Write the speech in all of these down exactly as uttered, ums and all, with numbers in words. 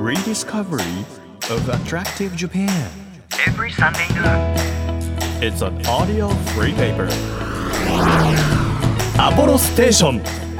rediscovery of attractive Japan. Every Sunday noon. It's an audio free paper. Apollo Station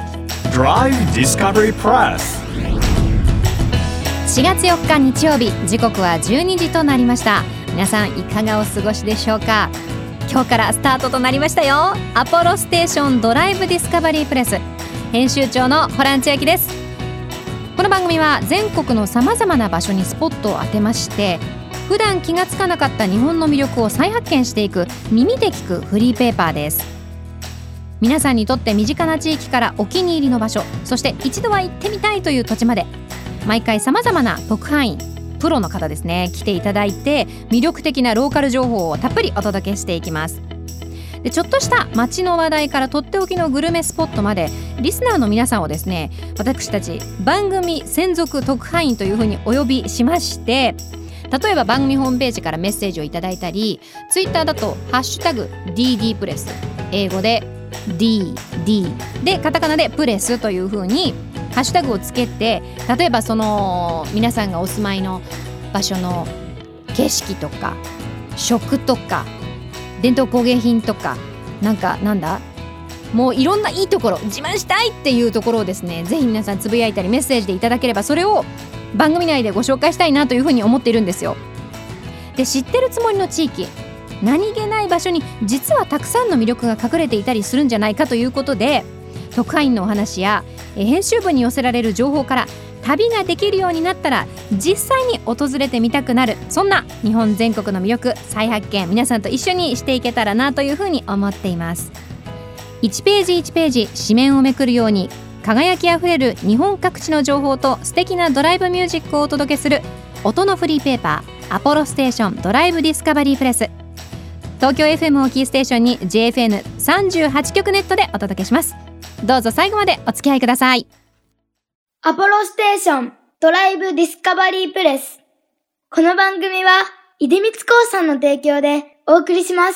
Drive Discovery Press。 しがつよっか日曜日、時刻はじゅうにじとなりました。皆さんいかがお過ごしでしょうか。今日からスタートとなりましたよ。アポロステーションドライブディスカバリープレス、編集長のホラン千秋です。この番組は全国のさまざまな場所にスポットを当てまして、普段気がつかなかった日本の魅力を再発見していく耳で聞くフリーペーパーです。皆さんにとって身近な地域からお気に入りの場所、そして一度は行ってみたいという土地まで、毎回さまざまな特派員、プロの方ですね、来ていただいて魅力的なローカル情報をたっぷりお届けしていきます。でちょっとした街の話題からとっておきのグルメスポットまで、リスナーの皆さんをですね、私たち番組専属特派員というふうにお呼びしまして、例えば番組ホームページからメッセージをいただいたり、ツイッターだとハッシュタグ ディーディー プレス、英語で ディーディー でカタカナでプレスというふうにハッシュタグをつけて、例えばその皆さんがお住まいの場所の景色とか食とか伝統工芸品とか、なんかなんだもういろんないいところ、自慢したいっていうところをですね、ぜひ皆さんつぶやいたりメッセージでいただければ、それを番組内でご紹介したいなというふうに思っているんですよ。で知ってるつもりの地域、何気ない場所に実はたくさんの魅力が隠れていたりするんじゃないかということで、特派員のお話や編集部に寄せられる情報から旅ができるようになったら実際に訪れてみたくなる、そんな日本全国の魅力再発見、皆さんと一緒にしていけたらなというふうに思っています。いちページいちページ紙面をめくるように輝きあふれる日本各地の情報と素敵なドライブミュージックをお届けする音のフリーペーパー、アポロステーションドライブディスカバリープレス。東京 エフエム をキーステーションに ジェイエフエヌさんじゅうはち 局ネットでお届けします。どうぞ最後までお付き合いください。 アポロステーションドライブディスカバリープレス。この番組は出光興産の提供でお送りします。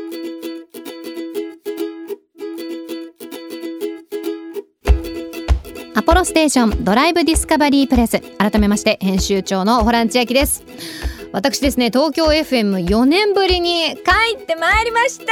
アポロステーションドライブディスカバリープレス、改めまして編集長のホラン千秋です。私ですね、東京 エフエムよねんぶりに帰ってまいりました。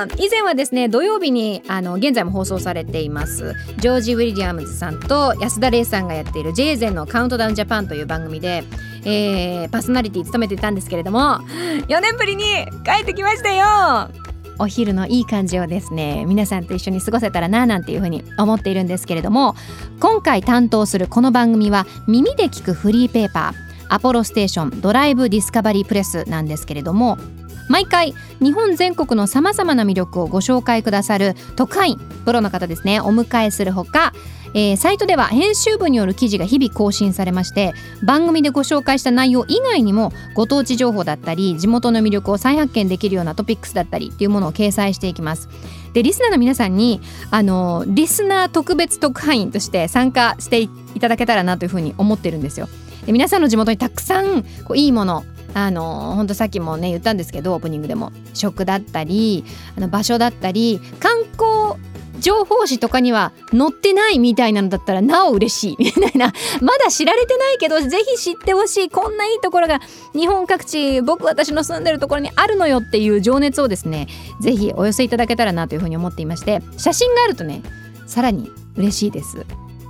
以前はですね、土曜日にあの現在も放送されていますジョージ・ウィリアムズさんと安田玲さんがやっている ジェイゼン のカウントダウンジャパンという番組で、えー、パーソナリティ務めていたんですけれども、よねんぶりに帰ってきましたよ。お昼のいい感じをですね、皆さんと一緒に過ごせたらななんていうふうに思っているんですけれども、今回担当するこの番組は耳で聞くフリーペーパー、アポロステーションドライブディスカバリープレスなんですけれども、毎回日本全国のさまざまな魅力をご紹介くださる特派員、プロの方ですね、お迎えするほか、えー、サイトでは編集部による記事が日々更新されまして、番組でご紹介した内容以外にもご当地情報だったり地元の魅力を再発見できるようなトピックスだったりっていうものを掲載していきます。でリスナーの皆さんにあのリスナー特別特派員として参加していただけたらなというふうに思ってるんですよ。で皆さんの地元にたくさんこういいもの、あの本当さっきもね言ったんですけど、オープニングでも食だったりあの場所だったり観光情報誌とかには載ってないみたいなのだったらなお嬉しいみたいな、まだ知られてないけどぜひ知ってほしい、こんないいところが日本各地、僕私の住んでるところにあるのよっていう情熱をですね、ぜひお寄せいただけたらなというふうに思っていまして、写真があるとねさらに嬉しいです。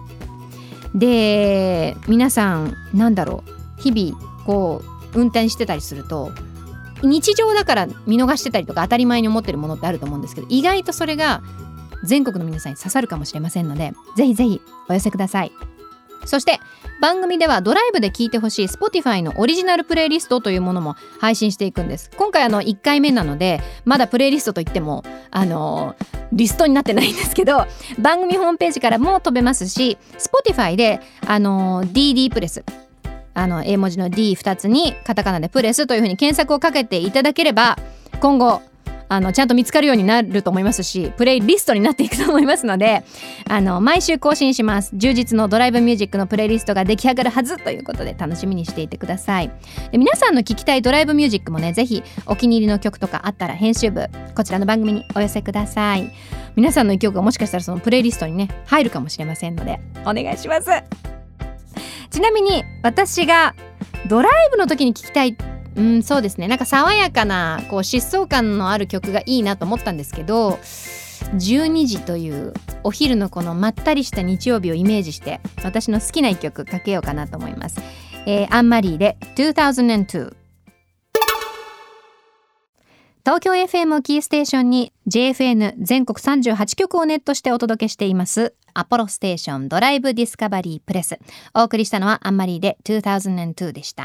で皆さんなんだろう、日々こう運転してたりすると日常だから見逃してたりとか当たり前に思ってるものってあると思うんですけど、意外とそれが全国の皆さんに刺さるかもしれませんので、ぜひぜひお寄せください。そして番組ではドライブで聴いてほしい Spotify のオリジナルプレイリストというものも配信していくんです。今回あのいっかいめなのでまだプレイリストといってもあのー、リストになってないんですけど、番組ホームページからも飛べますし、 Spotify であのー、ディーディー プレス、あの英文字の ディーふたつにカタカナでプレスというふうに検索をかけていただければ、今後あのちゃんと見つかるようになると思いますし、プレイリストになっていくと思いますので、あの毎週更新します。充実のドライブミュージックのプレイリストが出来上がるはずということで楽しみにしていてください。で皆さんの聴きたいドライブミュージックもね、ぜひお気に入りの曲とかあったら編集部こちらの番組にお寄せください。皆さんの一曲がもしかしたらそのプレイリストにね入るかもしれませんのでお願いします。 ちなみに私がドライブの時に聞きたい、うん、そうですね、なんか爽やかなこう疾走感のある曲がいいなと思ったんですけど、じゅうにじというお昼のこのまったりした日曜日をイメージして私の好きな一曲かけようかなと思います。えー、アンマリーでにせんに。東京 エフエム をキーステーションに ジェイエフエヌ 全国さんじゅうはちきょくをネットしてお届けしていますアポロステーションドライブディスカバリープレス。お送りしたのはアンマリーでにせんにでした。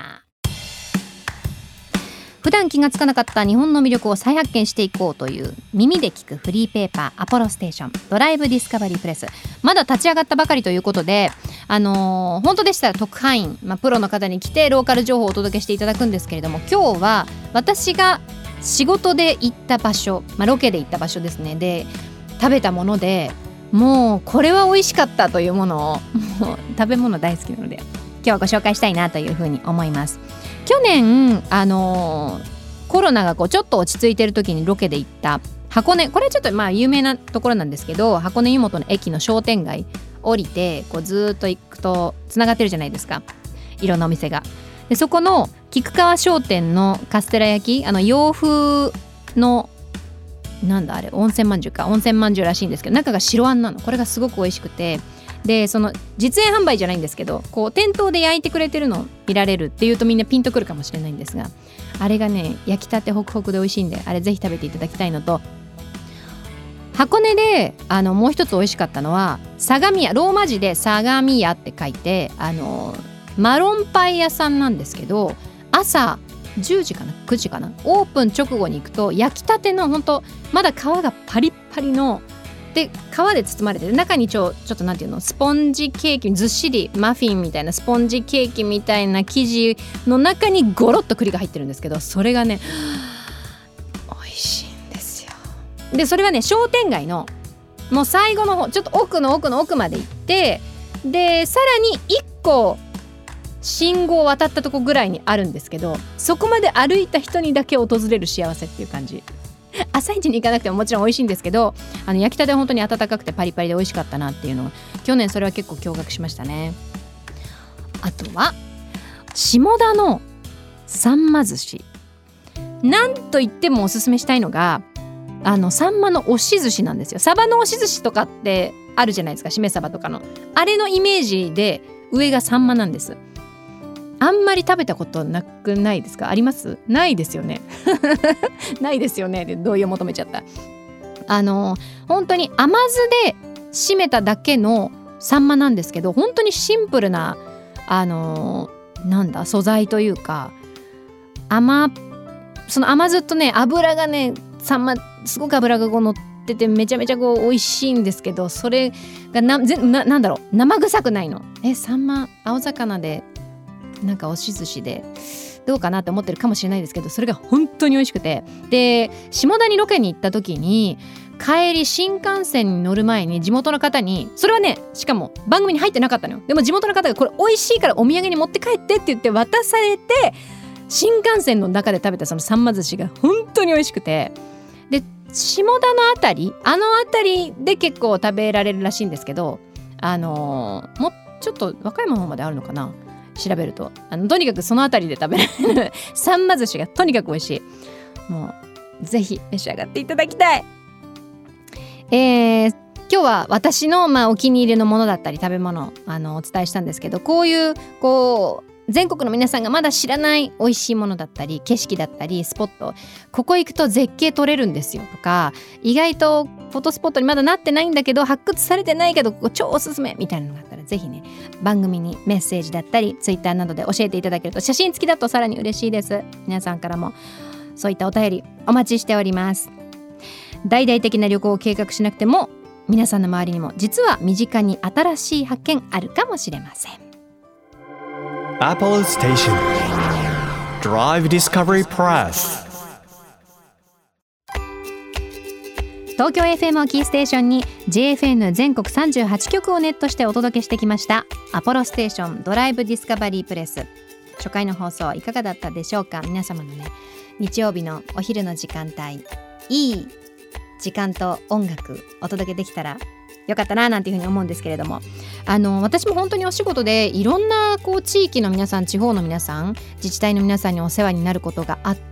普段気がつかなかった日本の魅力を再発見していこうという耳で聞くフリーペーパーアポロステーションドライブディスカバリープレス、まだ立ち上がったばかりということで、あのー、本当でしたら特派員、まあ、プロの方に来てローカル情報をお届けしていただくんですけれども、今日は私が仕事で行った場所、まあ、ロケで行った場所ですね、で食べたものでもうこれは美味しかったというものをもう食べ物大好きなので今日はご紹介したいなというふうに思います。去年、あのー、コロナがこうちょっと落ち着いてる時にロケで行った箱根、これはちょっとまあ有名なところなんですけど、箱根湯本の駅の商店街降りてこうずっと行くとつながってるじゃないですか、いろんなお店が。でそこの菊川商店のカステラ焼き、あの洋風のなんだあれ温泉まんじゅうか温泉まんじゅうらしいんですけど、中が白あんなの。これがすごく美味しくて、でその実演販売じゃないんですけど、こう店頭で焼いてくれてるのを見られるっていうとみんなピンとくるかもしれないんですが、あれがね焼きたてホクホクで美味しいんで、あれぜひ食べていただきたいのと、箱根であのもう一つ美味しかったのは相模屋、ローマ字で相模屋って書いてあのマロンパイ屋さんなんですけど、朝じゅうじかなくじかなオープン直後に行くと焼きたてのほんとまだ皮がパリッパリので皮で包まれて、中にちょちょっとなんていうのスポンジケーキ、ずっしりマフィンみたいなスポンジケーキみたいな生地の中にゴロッと栗が入ってるんですけど、それがね美味しいんですよ。でそれはね商店街のもう最後の方、ちょっと奥の奥の奥まで行って、でさらにいっこ信号を渡ったとこぐらいにあるんですけど、そこまで歩いた人にだけ訪れる幸せっていう感じ。朝一に行かなくてももちろん美味しいんですけど、あの焼きたては本当に温かくてパリパリで美味しかったなっていうのを去年それは結構驚愕しましたね。あとは下田のさんま寿司、なんといってもおすすめしたいのがあのサンマの押し寿司なんですよ。サバの押し寿司とかってあるじゃないですか、しめサバとかのあれのイメージで上がサンマなんです。あんまり食べたことなくないですか？あります？ないですよねないですよねで同意を求めちゃった。あの本当に甘酢で締めただけのサンマなんですけど、本当にシンプルなあのなんだ素材というか、甘その甘酢とね油がねサンマすごく油がこう乗っててめちゃめちゃこう美味しいんですけど、それが な, な, なんだろう生臭くないの。えサンマ青魚でなんか押し寿司でどうかなって思ってるかもしれないですけど、それが本当に美味しくて、で下田にロケに行った時に帰り新幹線に乗る前に地元の方に、それはねしかも番組に入ってなかったのよ。でも地元の方がこれ美味しいからお土産に持って帰ってって言って渡されて、新幹線の中で食べたそのさんま寿司が本当に美味しくて、で下田のあたりあのあたりで結構食べられるらしいんですけど、あのー、もうちょっと和歌山の方まであるのかな、調べるとあのとにかくそのあたりで食べられるさんま寿司がとにかく美味しい。もうぜひ召し上がっていただきたい。えー、今日は私の、まあ、お気に入りのものだったり食べ物あのお伝えしたんですけど、こういうこう全国の皆さんがまだ知らない美味しいものだったり景色だったりスポット、ここ行くと絶景撮れるんですよとか、意外とフォトスポットにまだなってないんだけど発掘されてないけどここ超おすすめみたいなのがあったら、ぜひね番組にメッセージだったりツイッターなどで教えていただけると、写真付きだとさらに嬉しいです。皆さんからもそういったお便りお待ちしております。大々的な旅行を計画しなくても皆さんの周りにも実は身近に新しい発見あるかもしれません。 Apollo Station Drive Discovery Press。 東京 エフエム をキーステーションに ジェイエフエヌ 全国さんじゅうはちきょくをネットしてお届けしてきましたアポロステーションドライブディスカバリープレス。初回の放送いかがだったでしょうか。皆様のね日曜日のお昼の時間帯、いい時間と音楽お届けできたらよかったななんていうふうに思うんですけれども、あの私も本当にお仕事でいろんなこう地域の皆さん、地方の皆さん、自治体の皆さんにお世話になることがあって、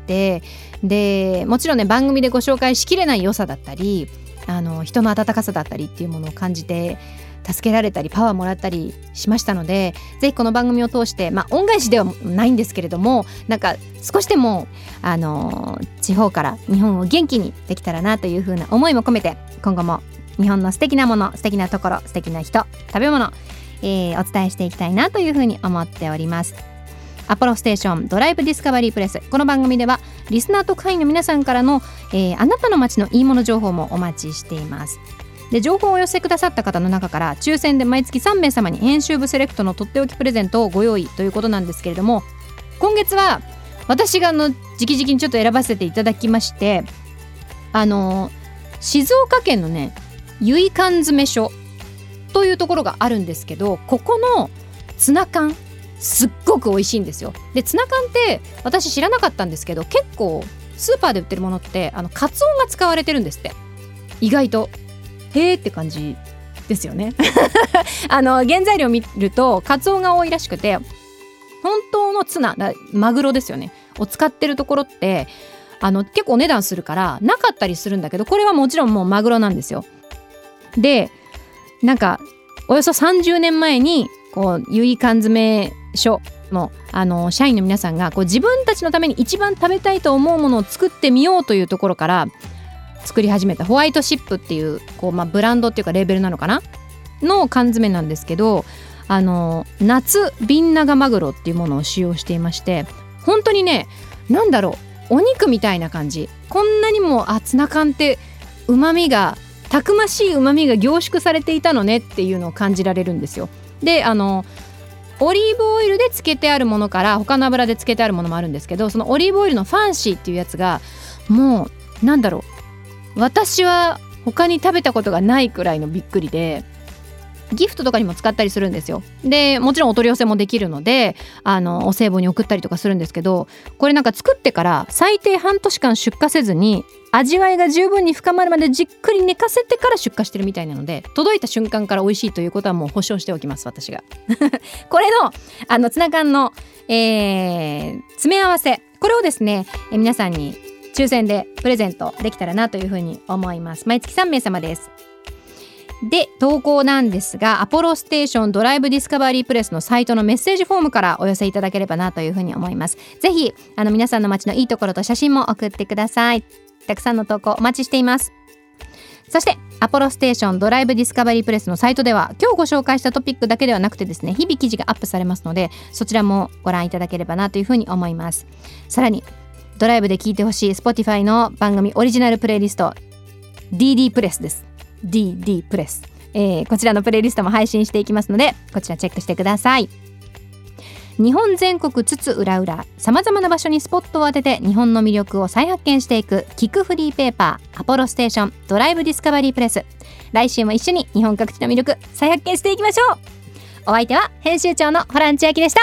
でもちろんね番組でご紹介しきれない良さだったり、あの人の温かさだったりっていうものを感じて助けられたりパワーもらったりしましたので、ぜひこの番組を通して、まあ、恩返しではないんですけれども、なんか少しでもあの地方から日本を元気にできたらなというふうな思いも込めて、今後も日本の素敵なもの、素敵なところ、素敵な人、食べ物、えー、お伝えしていきたいなというふうに思っております。アポロステーションドライブディスカバリープレス、この番組ではリスナーと会員の皆さんからの、えー、あなたの街のいいもの情報もお待ちしています。で情報をお寄せくださった方の中から抽選で毎月さんめい様に編集部セレクトのとっておきプレゼントをご用意ということなんですけれども、今月は私があの直々にちょっと選ばせていただきまして、あの静岡県のね由比缶詰所というところがあるんですけど、ここのツナ缶すっごく美味しいんですよ。でツナ缶って私知らなかったんですけど、結構スーパーで売ってるものってあのカツオが使われてるんですって。意外とへーって感じですよねあの原材料を見るとカツオが多いらしくて、本当のツナ、マグロですよねを使ってるところってあの結構お値段するからなかったりするんだけど、これはもちろんもうマグロなんですよ。でなんかおよそさんじゅうねんまえにこう由比缶詰所のあの社員の皆さんがこう自分たちのために一番食べたいと思うものを作ってみようというところから作り始めたホワイトシップっていう、こう、まあ、ブランドっていうかレーベルなのかなの缶詰なんですけど、あの夏ビンナガマグロっていうものを使用していまして、本当にねなんだろうお肉みたいな感じ。こんなにもあツナ缶ってうまみがたくましいうまみが凝縮されていたのねっていうのを感じられるんですよ。であのオリーブオイルで漬けてあるものから他の油で漬けてあるものもあるんですけど、そのオリーブオイルのファンシーっていうやつがもうなんだろう私は他に食べたことがないくらいのびっくりで、ギフトとかにも使ったりするんですよ。でもちろんお取り寄せもできるのであのお歳暮に送ったりとかするんですけど、これなんか作ってから最低半年間出荷せずに味わいが十分に深まるまでじっくり寝かせてから出荷してるみたいなので、届いた瞬間から美味しいということはもう保証しておきます私がこれのあのツナ缶の、えー、詰め合わせ、これをですね、え皆さんに抽選でプレゼントできたらなというふうに思います。毎月さんめい様です。で投稿なんですが、アポロステーションドライブディスカバリープレスのサイトのメッセージフォームからお寄せいただければなというふうに思います。ぜひあの皆さんの街のいいところと写真も送ってください。たくさんの投稿お待ちしています。そしてアポロステーションドライブディスカバリープレスのサイトでは今日ご紹介したトピックだけではなくてですね、日々記事がアップされますので、そちらもご覧いただければなというふうに思います。さらにドライブで聴いてほしい Spotify の番組オリジナルプレイリスト ディーディー プレスです。 ディーディー プレス、えー、こちらのプレイリストも配信していきますので、こちらチェックしてください。日本全国津々浦々さまざまな場所にスポットを当てて日本の魅力を再発見していく聞くフリーペーパーアポロステーションドライブディスカバリープレス。来週も一緒に日本各地の魅力再発見していきましょう。お相手は編集長のホラン千秋でした。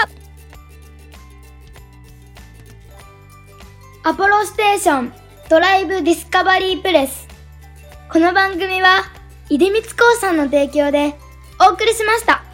アポロステーションドライブディスカバリープレス。この番組は出光興産の提供でお送りしました。